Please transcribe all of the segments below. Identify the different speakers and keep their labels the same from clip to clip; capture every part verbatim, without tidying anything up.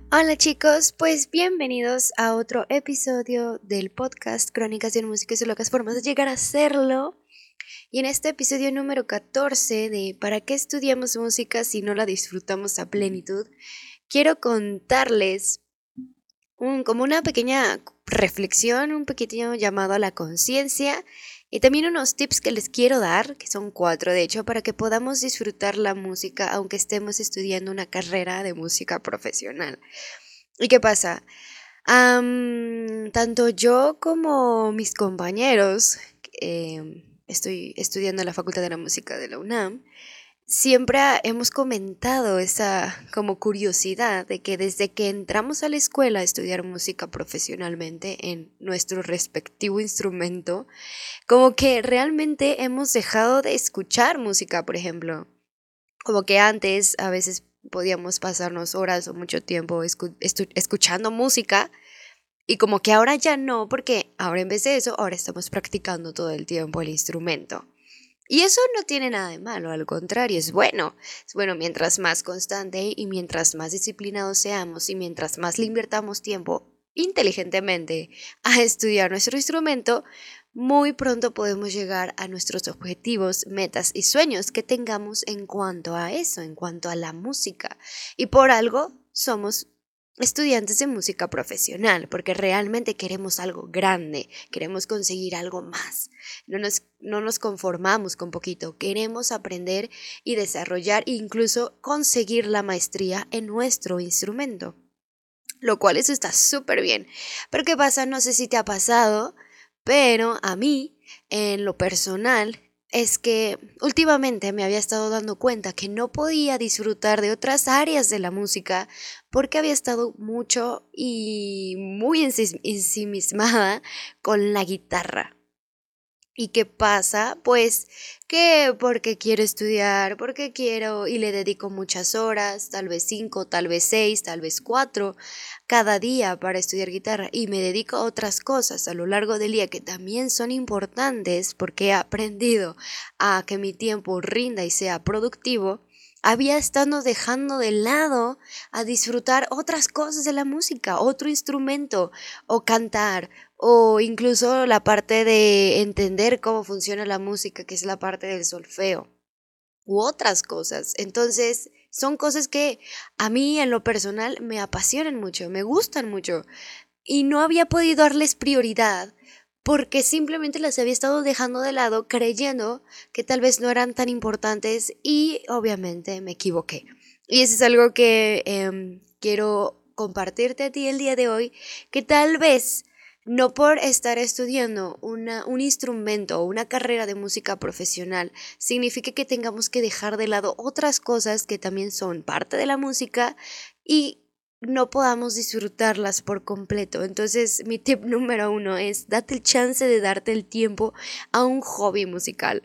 Speaker 1: Hola chicos, pues bienvenidos a otro episodio del podcast Crónicas de Música y sus locas formas de llegar a hacerlo. Y en este episodio número catorce de ¿Para qué estudiamos música si no la disfrutamos a plenitud? Quiero contarles un, como una pequeña reflexión, un pequeño llamado a la conciencia y también unos tips que les quiero dar, que son cuatro de hecho, para que podamos disfrutar la música aunque estemos estudiando una carrera de música profesional. ¿Y qué pasa? Am, tanto yo como mis compañeros, eh, estoy estudiando en la Facultad de la Música de la UNAM, siempre ha- hemos comentado esa como curiosidad de que desde que entramos a la escuela a estudiar música profesionalmente en nuestro respectivo instrumento, como que realmente hemos dejado de escuchar música, por ejemplo. Como que antes a veces podíamos pasarnos horas o mucho tiempo escu- estu- escuchando música y como que ahora ya no, porque ahora en vez de eso, ahora estamos practicando todo el tiempo el instrumento. Y eso no tiene nada de malo, al contrario, es bueno. Es bueno mientras más constante y mientras más disciplinados seamos y mientras más le invirtamos tiempo inteligentemente a estudiar nuestro instrumento, muy pronto podemos llegar a nuestros objetivos, metas y sueños que tengamos en cuanto a eso, en cuanto a la música. Y por algo somos estudiantes de música profesional, porque realmente queremos algo grande, queremos conseguir algo más. No nos, no nos conformamos con poquito, queremos aprender y desarrollar e incluso conseguir la maestría en nuestro instrumento, lo cual eso está súper bien. Pero ¿qué pasa? No sé si te ha pasado, pero a mí, en lo personal, es que últimamente me había estado dando cuenta que no podía disfrutar de otras áreas de la música porque había estado mucho y muy ensis- ensimismada con la guitarra. ¿Y qué pasa? Pues que porque quiero estudiar, porque quiero y le dedico muchas horas, tal vez cinco, tal vez seis, tal vez cuatro, cada día para estudiar guitarra y me dedico a otras cosas a lo largo del día que también son importantes porque he aprendido a que mi tiempo rinda y sea productivo. Había estado dejando de lado a disfrutar otras cosas de la música, otro instrumento o cantar o incluso la parte de entender cómo funciona la música, que es la parte del solfeo, u otras cosas. Entonces, son cosas que a mí en lo personal me apasionan mucho, me gustan mucho, y no había podido darles prioridad porque simplemente las había estado dejando de lado creyendo que tal vez no eran tan importantes y obviamente me equivoqué. Y eso es algo que em, quiero compartirte a ti el día de hoy, que tal vez no por estar estudiando una, un instrumento o una carrera de música profesional signifique que tengamos que dejar de lado otras cosas que también son parte de la música y no podamos disfrutarlas por completo. Entonces, mi tip número uno es date el chance de darte el tiempo a un hobby musical.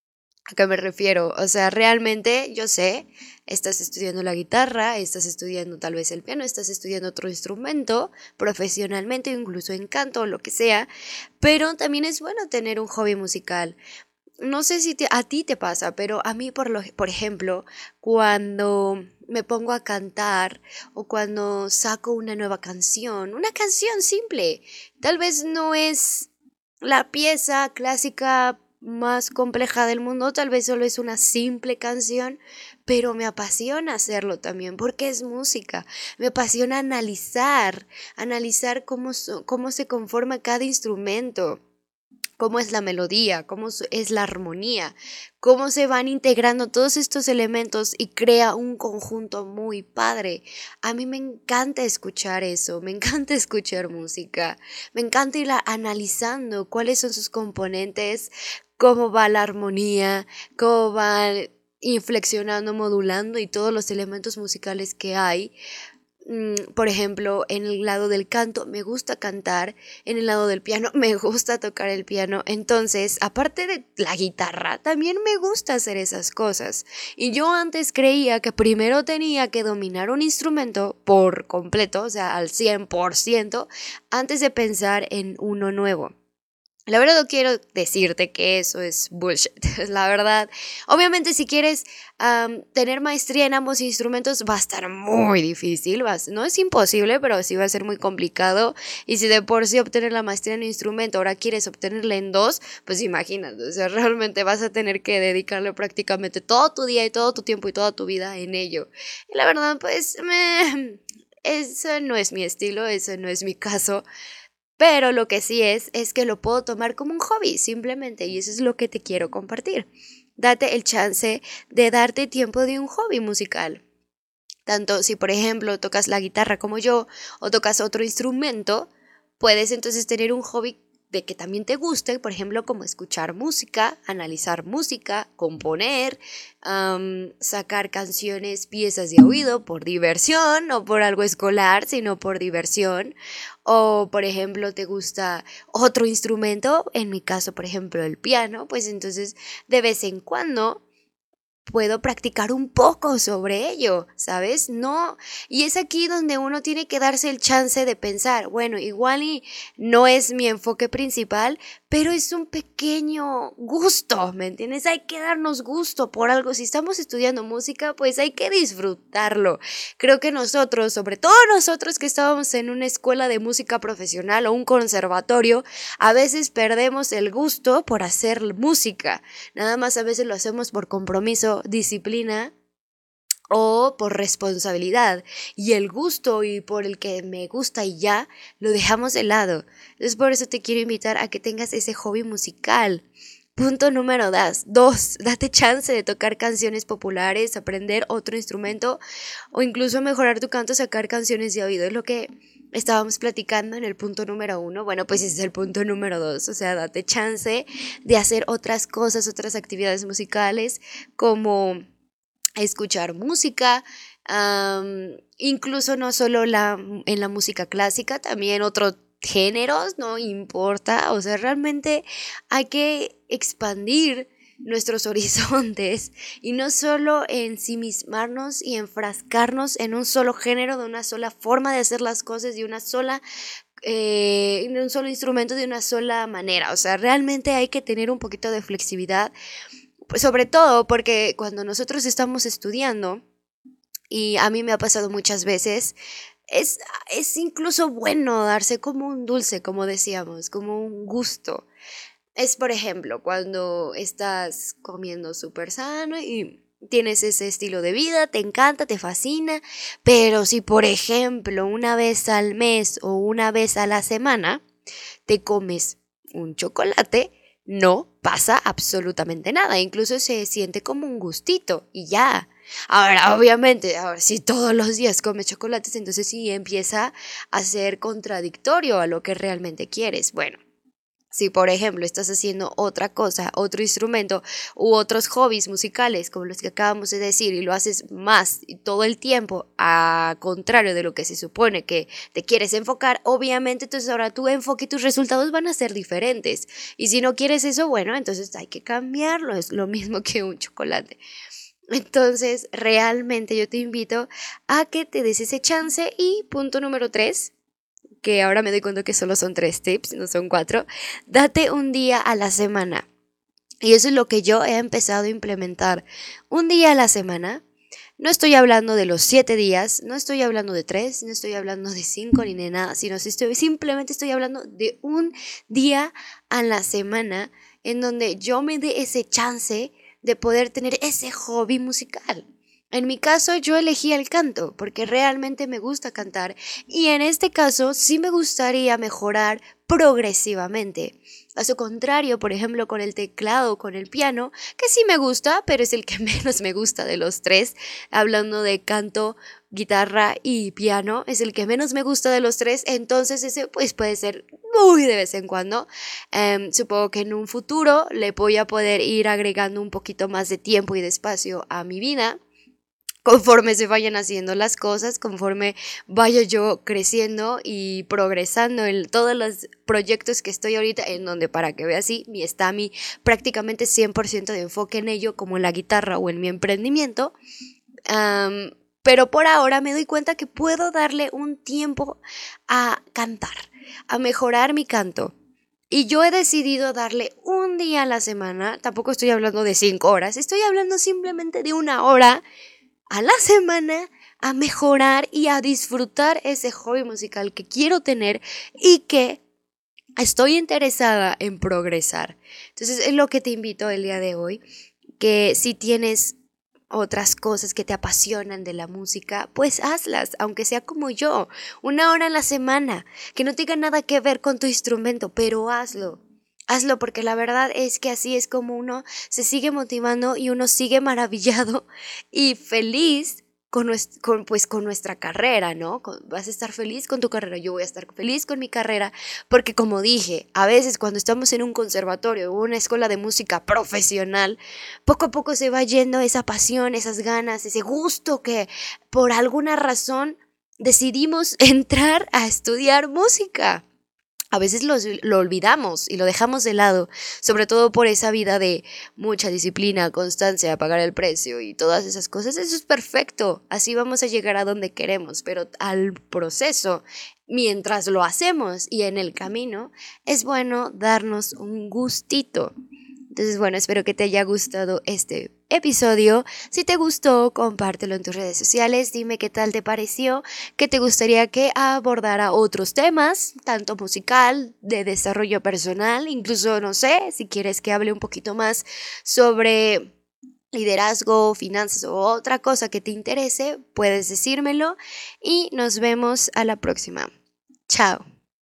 Speaker 1: ¿A qué me refiero? O sea, realmente yo sé, estás estudiando la guitarra, estás estudiando tal vez el piano, estás estudiando otro instrumento profesionalmente, incluso en canto o lo que sea, pero también es bueno tener un hobby musical. No sé si te- a ti te pasa, pero a mí, por, lo, por ejemplo, cuando me pongo a cantar o cuando saco una nueva canción, una canción simple, tal vez no es la pieza clásica más compleja del mundo, tal vez solo es una simple canción, pero me apasiona hacerlo también porque es música, me apasiona analizar, analizar cómo, so- cómo se conforma cada instrumento, cómo es la melodía, cómo es la armonía, cómo se van integrando todos estos elementos y crea un conjunto muy padre. A mí me encanta escuchar eso, me encanta escuchar música, me encanta ir analizando cuáles son sus componentes, cómo va la armonía, cómo va inflexionando, modulando y todos los elementos musicales que hay. Mm, por ejemplo, en el lado del canto me gusta cantar, en el lado del piano me gusta tocar el piano, entonces, aparte de la guitarra, también me gusta hacer esas cosas. Y yo antes creía que primero tenía que dominar un instrumento por completo, o sea, al cien por ciento, antes de pensar en uno nuevo. La verdad no quiero decirte que eso es bullshit, la verdad. Obviamente si quieres um, tener maestría en ambos instrumentos va a estar muy difícil, va a, no es imposible, pero sí va a ser muy complicado. Y si de por sí obtener la maestría en un instrumento, ahora quieres obtenerla en dos, pues imagínate, o sea, realmente vas a tener que dedicarle prácticamente todo tu día y todo tu tiempo y toda tu vida en ello. Y la verdad, pues, me... eso no es mi estilo, eso no es mi caso. Pero lo que sí es, es que lo puedo tomar como un hobby, simplemente, y eso es lo que te quiero compartir. Date el chance de darte tiempo de un hobby musical. Tanto si, por ejemplo, tocas la guitarra como yo o tocas otro instrumento, puedes entonces tener un hobby de que también te guste, por ejemplo, como escuchar música, analizar música, componer, um, sacar canciones, piezas de oído por diversión, no por algo escolar, sino por diversión. O, por ejemplo, te gusta otro instrumento, en mi caso, por ejemplo, el piano, pues entonces de vez en cuando puedo practicar un poco sobre ello, ¿sabes? No, y es aquí donde uno tiene que darse el chance de pensar, bueno, igual y no es mi enfoque principal, pero es un pequeño gusto, ¿me entiendes? Hay que darnos gusto por algo. Si estamos estudiando música, pues hay que disfrutarlo. Creo que nosotros, sobre todo nosotros que estábamos en una escuela de música profesional o un conservatorio, a veces perdemos el gusto por hacer música. Nada más a veces lo hacemos por compromiso, disciplina o por responsabilidad, y el gusto y por el que me gusta y ya lo dejamos de lado. Entonces por eso te quiero invitar a que tengas ese hobby musical. Punto número das, dos, date chance de tocar canciones populares, aprender otro instrumento o incluso mejorar tu canto, sacar canciones de oído. Es lo que estábamos platicando en el punto número uno. Bueno, pues ese es el punto número dos. O sea, date chance de hacer otras cosas, otras actividades musicales como escuchar música, um, incluso no solo la, en la música clásica, también otros géneros, no importa, o sea, realmente hay que expandir nuestros horizontes y no solo ensimismarnos y enfrascarnos en un solo género, de una sola forma de hacer las cosas, de una sola eh, de un solo instrumento, de una sola manera. O sea, realmente hay que tener un poquito de flexibilidad, sobre todo porque cuando nosotros estamos estudiando, y a mí me ha pasado muchas veces, es, es incluso bueno darse como un dulce, como decíamos, como un gusto. Es, por ejemplo, cuando estás comiendo súper sano y tienes ese estilo de vida, te encanta, te fascina, pero si, por ejemplo, una vez al mes o una vez a la semana te comes un chocolate, no pasa absolutamente nada, incluso se siente como un gustito y ya. Ahora, obviamente, ahora si todos los días comes chocolates, entonces sí empieza a ser contradictorio a lo que realmente quieres. Bueno, si por ejemplo estás haciendo otra cosa, otro instrumento u otros hobbies musicales como los que acabamos de decir y lo haces más y todo el tiempo a contrario de lo que se supone que te quieres enfocar, obviamente entonces ahora tu enfoque y tus resultados van a ser diferentes. Y si no quieres eso, bueno, entonces hay que cambiarlo, es lo mismo que un chocolate. Entonces realmente yo te invito a que te des ese chance. Y punto número tres, que ahora me doy cuenta que solo son tres tips, no son cuatro, date un día a la semana. Y eso es lo que yo he empezado a implementar. Un día a la semana. No estoy hablando de los siete días, no estoy hablando de tres, no estoy hablando de cinco ni de nada, sino estoy, simplemente estoy hablando de un día a la semana en donde yo me dé ese chance de poder tener ese hobby musical. En mi caso yo elegí el canto porque realmente me gusta cantar y en este caso sí me gustaría mejorar progresivamente. A su contrario, por ejemplo, con el teclado, con el piano, que sí me gusta, pero es el que menos me gusta de los tres. Hablando de canto, guitarra y piano, es el que menos me gusta de los tres, entonces ese pues puede ser muy de vez en cuando. Um, supongo que en un futuro le voy a poder ir agregando un poquito más de tiempo y de espacio a mi vida, conforme se vayan haciendo las cosas, conforme vaya yo creciendo y progresando en todos los proyectos que estoy ahorita, en donde, para que veas, sí, está mi prácticamente cien por ciento de enfoque en ello, como en la guitarra o en mi emprendimiento. Um, pero por ahora me doy cuenta que puedo darle un tiempo a cantar, a mejorar mi canto. Y yo he decidido darle un día a la semana, tampoco estoy hablando de cinco horas, estoy hablando simplemente de una hora a la semana a mejorar y a disfrutar ese hobby musical que quiero tener y que estoy interesada en progresar. Entonces es lo que te invito el día de hoy, que si tienes otras cosas que te apasionan de la música, pues hazlas, aunque sea como yo, una hora a la semana, que no tenga nada que ver con tu instrumento, pero hazlo. Hazlo porque la verdad es que así es como uno se sigue motivando y uno sigue maravillado y feliz con, nues- con, pues, con nuestra carrera, ¿no? Con- vas a estar feliz con tu carrera, yo voy a estar feliz con mi carrera, porque como dije, a veces cuando estamos en un conservatorio o una escuela de música profesional, poco a poco se va yendo esa pasión, esas ganas, ese gusto que por alguna razón decidimos entrar a estudiar música. A veces lo, lo olvidamos y lo dejamos de lado, sobre todo por esa vida de mucha disciplina, constancia, pagar el precio y todas esas cosas. Eso es perfecto, así vamos a llegar a donde queremos, pero al proceso, mientras lo hacemos y en el camino, es bueno darnos un gustito. Entonces, bueno, espero que te haya gustado este episodio. Si te gustó, compártelo en tus redes sociales. Dime qué tal te pareció, que te gustaría que abordara otros temas, tanto musical, de desarrollo personal, incluso, no sé, si quieres que hable un poquito más sobre liderazgo, finanzas o otra cosa que te interese, puedes decírmelo y nos vemos a la próxima. Chao.